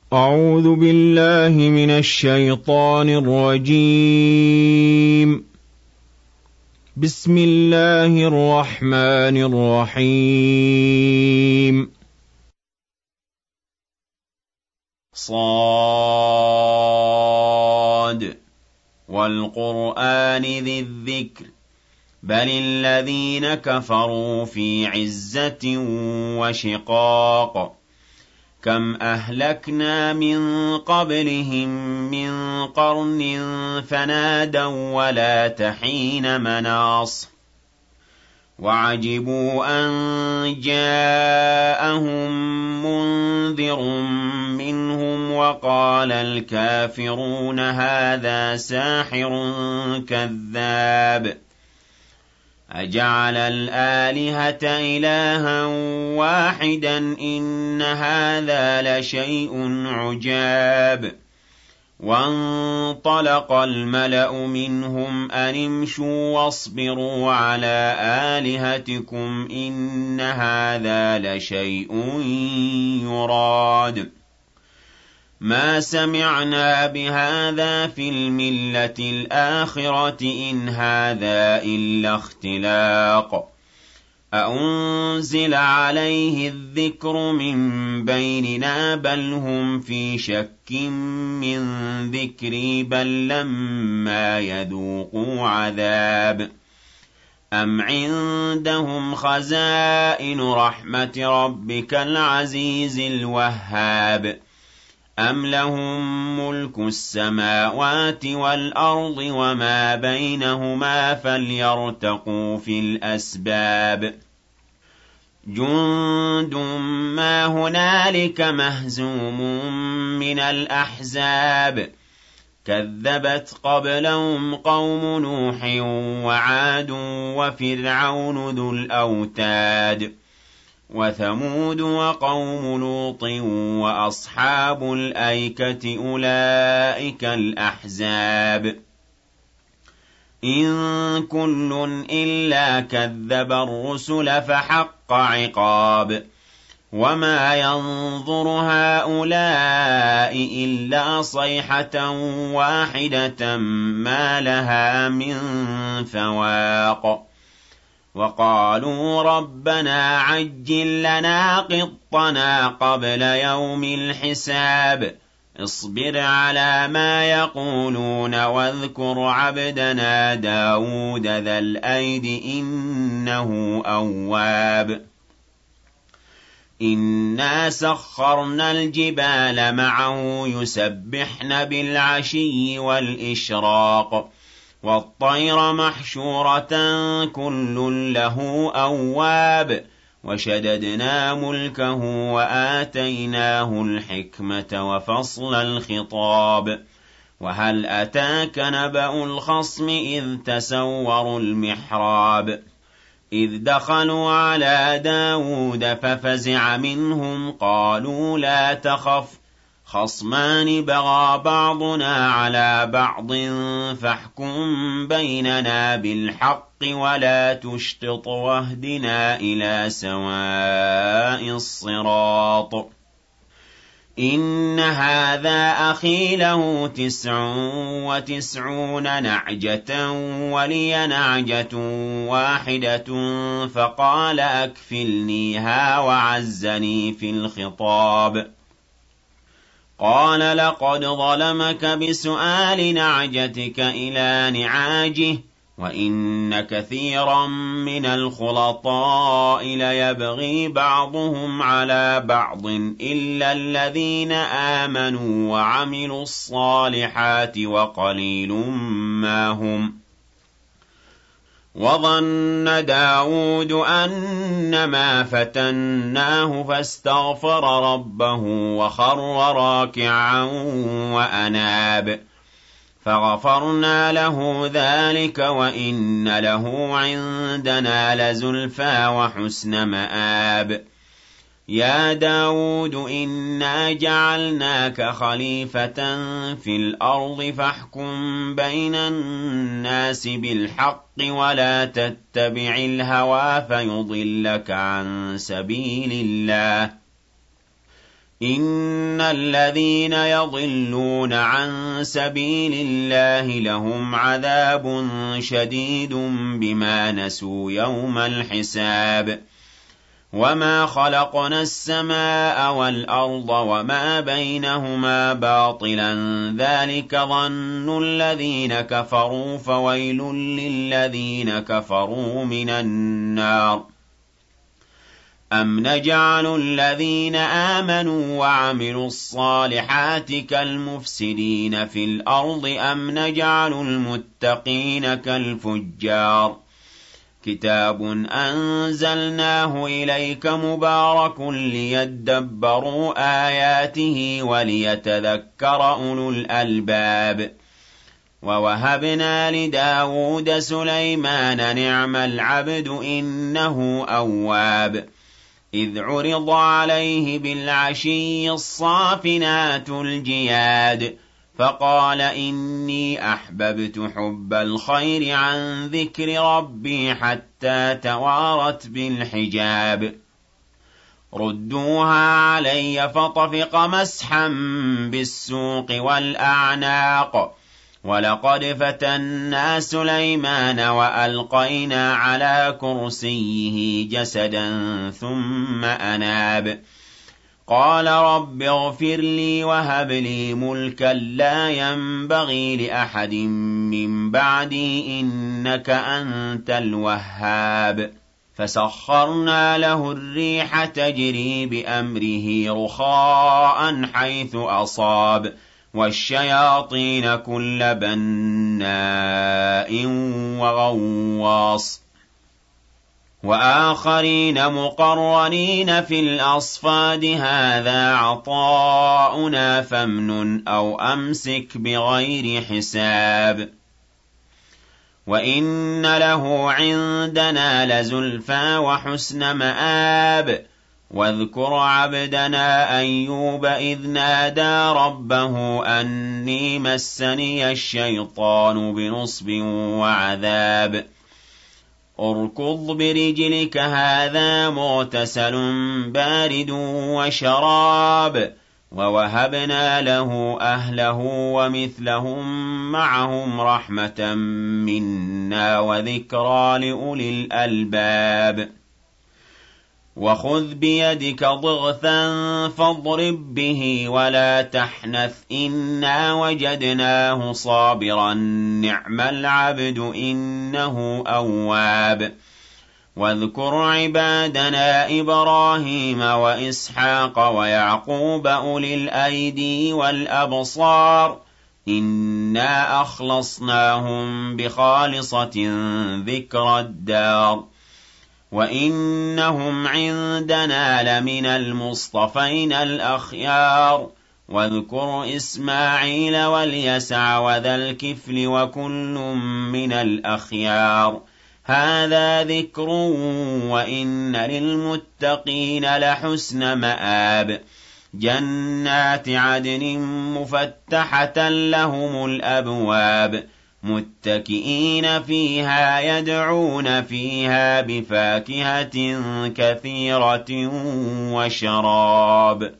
أعوذ بالله من الشيطان الرجيم. بسم الله الرحمن الرحيم. صاد والقرآن ذي الذكر بل الذين كفروا في عزة وشقاق كم أهلكنا من قبلهم من قرن فنادوا ولا تحين مناص وعجبوا أن جاءهم منذر منهم وقال الكافرون هذا ساحر كذاب أجعل الآلهة إلها واحدا إن هذا لشيء عجاب وانطلق الملأ منهم أن امشوا واصبروا على آلهتكم إن هذا لشيء يراد ما سمعنا بهذا في الملة الآخرة إن هذا إلا اختلاق أأنزل عليه الذكر من بيننا بل هم في شك من ذكري بل لما يذوقوا عذاب أم عندهم خزائن رحمة ربك العزيز الوهاب أم لهم ملك السماوات والأرض وما بينهما فليرتقوا في الأسباب جند ما هنالك مهزوم من الأحزاب كذبت قبلهم قوم نوح وعاد وفرعون ذو الأوتاد وثمود وقوم لوط وأصحاب الأيكة أولئك الأحزاب إن كل إلا كذب الرسل فحق عقاب وما ينظر هؤلاء إلا صيحة واحدة ما لها من فواق وقالوا ربنا عجل لنا قطنا قبل يوم الحساب اصبر على ما يقولون واذكر عبدنا داود ذا الأيد إنه أواب إنا سخرنا الجبال معه يسبحن بالعشي والإشراق والطير محشورة كل له أواب وشددنا ملكه وآتيناه الحكمة وفصل الخطاب وهل أتاك نبأ الخصم إذ تسوروا المحراب إذ دخلوا على داود ففزع منهم قالوا لا تخف خصمان بغى بعضنا على بعض فاحكم بيننا بالحق ولا تشطط واهدنا إلى سواء الصراط إن هذا أخي له 99 نعجة ولي نعجة واحدة فقال أكفلنيها وعزني في الخطاب قال لقد ظلمك بسؤال نعجتك إلى نعاجه وإن كثيرا من الخلطاء ليبغي بعضهم على بعض إلا الذين آمنوا وعملوا الصالحات وقليل ما هم وظن داود أنما فتناه فاستغفر ربه وخر راكعا وأناب فغفرنا له ذلك وإن له عندنا لزلفى وحسن مآب يا داود إنا جعلناك خليفة في الأرض فاحكم بين الناس بالحق ولا تتبع الهوى فيضلك عن سبيل الله إن الذين يضلون عن سبيل الله لهم عذاب شديد بما نسوا يوم الحساب وما خلقنا السماء والأرض وما بينهما باطلا ذلك ظن الذين كفروا فويل للذين كفروا من النار أم نجعل الذين آمنوا وعملوا الصالحات كالمفسدين في الأرض أم نجعل المتقين كالفجار كتاب أنزلناه إليك مبارك ليدبروا آياته وليتذكر أولو الألباب ووهبنا لداود سليمان نعم العبد إنه أواب إذ عرض عليه بالعشي الصافنات الجياد فقال إني أحببت حب الخير عن ذكر ربي حتى توارت بالحجاب ردوها علي فطفق مسحا بالسوق والأعناق ولقد فتنا سليمان وألقينا على كرسيه جسدا ثم أناب قال رب اغفر لي وهب لي ملكا لا ينبغي لأحد من بعدي إنك أنت الوهاب فسخرنا له الريح تجري بأمره رخاء حيث أصاب والشياطين كل بناء وغواص وآخرين مقرنين في الأصفاد هذا عطاؤنا فامنن أو أمسك بغير حساب وإن له عندنا لزلفى وحسن مآب واذكر عبدنا أيوب إذ نادى ربه أني مسني الشيطان بنصب وعذاب اركض برجلك هذا مغتسل بارد وشراب ووهبنا له أهله ومثلهم معهم رحمة منا وذكرى لأولي الألباب وخذ بيدك ضغثا فاضرب به ولا تحنث إنا وجدناه صابرا نعم العبد إنه أواب واذكر عبادنا إبراهيم وإسحاق ويعقوب أولي الأيدي والأبصار إنا أخلصناهم بخالصة ذكر الدار وإنهم عندنا لمن المصطفين الأخيار واذكر إسماعيل واليسع وذا الكفل وكل من الأخيار هذا ذكر وإن للمتقين لحسن مآب جنات عدن مفتحة لهم الأبواب متكئين فيها يدعون فيها بفاكهة كثيرة وشراب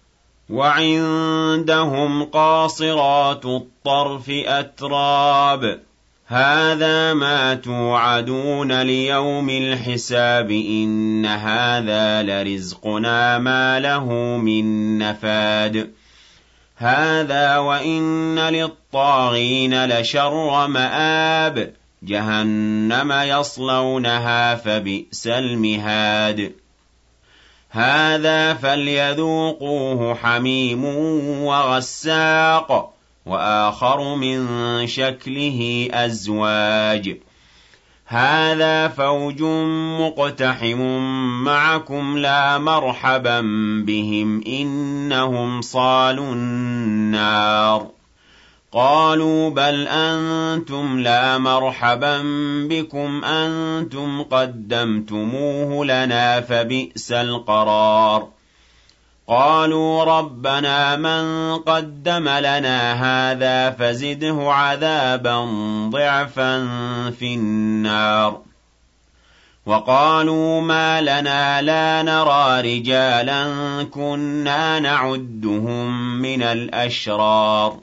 وعندهم قاصرات الطرف أتراب هذا ما توعدون ليوم الحساب إن هذا لرزقنا ما له من نفاد هذا وإن للطاغين لشر مآب جهنم يصلونها فبئس المهاد هذا فليذوقوه حميم وغساق وآخر من شكله أزواج هذا فوج مقتحم معكم لا مرحبا بهم إنهم صالوا النار قالوا بل أنتم لا مرحبا بكم أنتم قدمتموه لنا فبئس القرار قالوا ربنا من قدم لنا هذا فزده عذابا ضعفا في النار وقالوا ما لنا لا نرى رجالا كنا نعدهم من الأشرار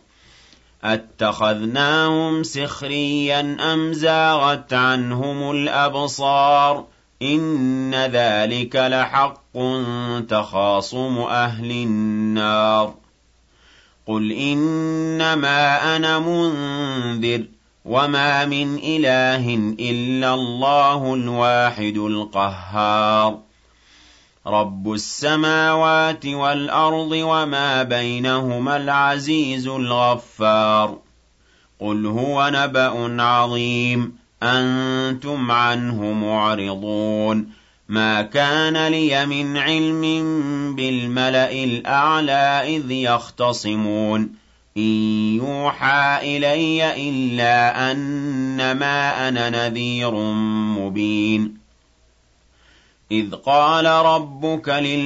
أتخذناهم سخريا أم زاغت عنهم الأبصار إن ذلك لحق تخاصم أهل النار قل إنما أنا منذر وما من إله إلا الله الواحد القهار رب السماوات والأرض وما بينهما العزيز الغفار قل هو نبأ عظيم أنتم عنه معرضون ما كان لي من علم بالملأ الأعلى إذ يختصمون إن يوحى إلي إلا أنما أنا نذير مبين إذ قال ربك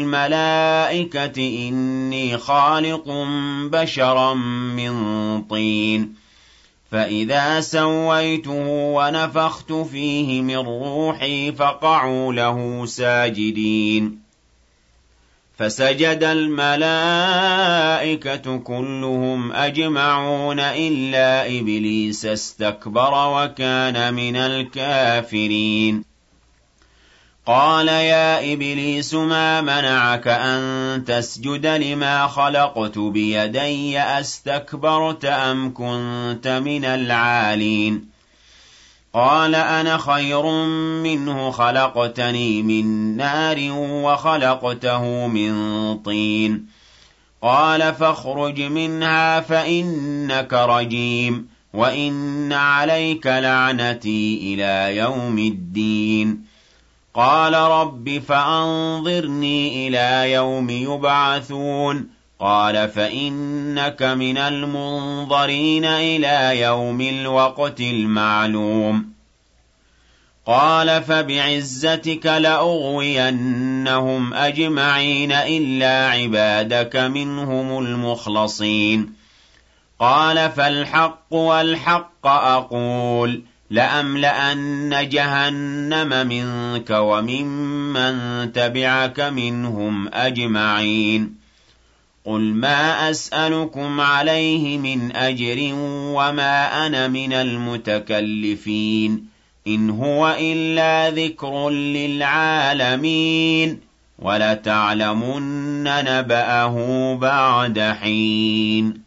للملائكة إني خالق بشرا من طين فإذا سويته ونفخت فيه من روحي فقعوا له ساجدين فسجد الملائكة كلهم أجمعون إلا إبليس استكبر وكان من الكافرين قال يا إبليس ما منعك أن تسجد لما خلقت بيدي أستكبرت أم كنت من العالين قال أنا خير منه خلقتني من نار وخلقته من طين قال فاخرج منها فإنك رجيم وإن عليك لعنتي إلى يوم الدين قال رب فأنظرني إلى يوم يبعثون قال فإنك من المنظرين إلى يوم الوقت المعلوم قال فبعزتك لأغوينهم أجمعين إلا عبادك منهم المخلصين قال فالحق والحق أقول لأملأن جهنم منك وممن تبعك منهم أجمعين قل ما أسألكم عليه من أجر وما أنا من المتكلفين إن هو إلا ذكر للعالمين ولتعلمن نبأه بعد حين